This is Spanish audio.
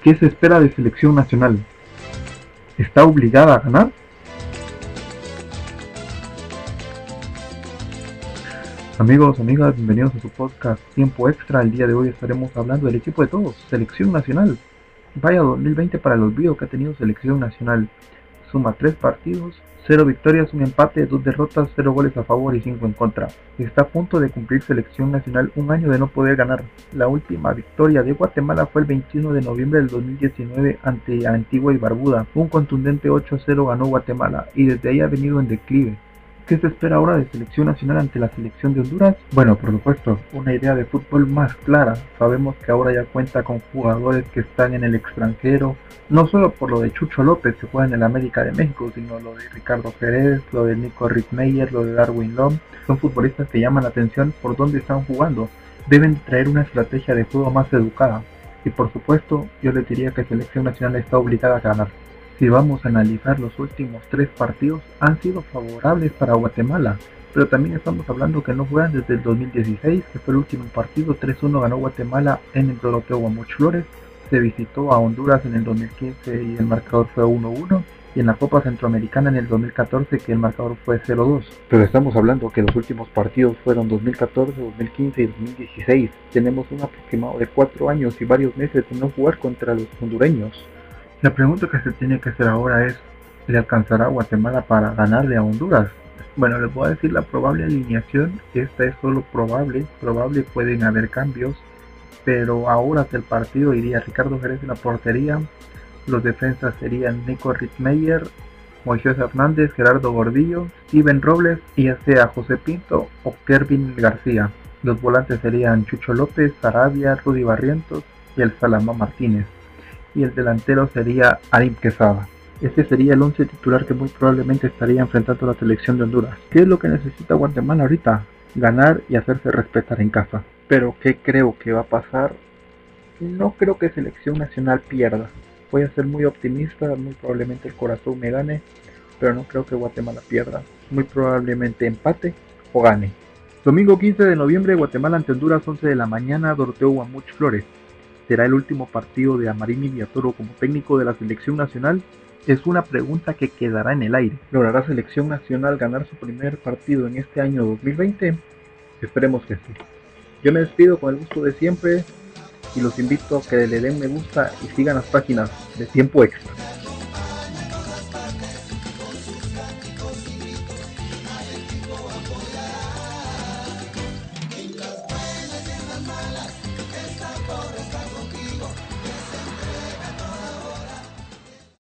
¿Qué se espera de selección nacional? ¿Está obligada a ganar? Amigos, amigas, bienvenidos a su podcast Tiempo Extra. El día de hoy estaremos hablando del equipo de todos, selección nacional. Vaya 2020 para el olvido que ha tenido selección nacional. Suma 3 partidos, 0 victorias, 1 empate, 2 derrotas, 0 goles a favor y 5 en contra. Está a punto de cumplir selección nacional un año de no poder ganar. La última victoria de Guatemala fue el 21 de noviembre del 2019 ante Antigua y Barbuda. Un contundente 8-0 ganó Guatemala y desde ahí ha venido en declive. ¿Qué se espera ahora de selección nacional ante la selección de Honduras? Bueno, por supuesto, una idea de fútbol más clara. Sabemos que ahora ya cuenta con jugadores que están en el extranjero, no solo por lo de Chucho López que juega en el América de México, sino lo de Ricardo Jerez, lo de Nico Rittmeyer, lo de Darwin Lom. Son futbolistas que llaman la atención por dónde están jugando. Deben traer una estrategia de juego más educada. Y por supuesto, yo les diría que selección nacional está obligada a ganar. Si vamos a analizar los últimos 3 partidos, han sido favorables para Guatemala, pero también estamos hablando que no juegan desde el 2016, que fue el último partido. 3-1 ganó Guatemala en el Doroteo Guamuch Flores, se visitó a Honduras en el 2015 y el marcador fue 1-1, y en la Copa Centroamericana en el 2014 que el marcador fue 0-2. Pero estamos hablando que los últimos partidos fueron 2014, 2015 y 2016. Tenemos un aproximado de 4 años y varios meses de no jugar contra los hondureños. La pregunta que se tiene que hacer ahora es, ¿le alcanzará a Guatemala para ganarle a Honduras? Bueno, les voy a decir la probable alineación. Esta es solo probable, pueden haber cambios, pero ahora del partido iría Ricardo Jerez en la portería, los defensas serían Nico Rittmeyer, Moisés Hernández, Gerardo Gordillo, Steven Robles y ya sea José Pinto o Kervin García. Los volantes serían Chucho López, Sarabia, Rudy Barrientos y el Salamá Martínez. Y el delantero sería Arim Quesada. Este sería el 11 titular que muy probablemente estaría enfrentando a la selección de Honduras. ¿Qué es lo que necesita Guatemala ahorita? Ganar y hacerse respetar en casa. Pero ¿qué creo que va a pasar? No creo que selección nacional pierda. Voy a ser muy optimista, muy probablemente el corazón me gane, pero no creo que Guatemala pierda. Muy probablemente empate o gane. Domingo 15 de noviembre, Guatemala ante Honduras, 11 de la mañana, Doroteo Guamuch Flores. ¿Será el último partido de Amarini Villatoro como técnico de la selección nacional? Es una pregunta que quedará en el aire. ¿Logrará selección nacional ganar su primer partido en este año 2020? Esperemos que sí. Yo me despido con el gusto de siempre y los invito a que le den me gusta y sigan las páginas de Tiempo Extra.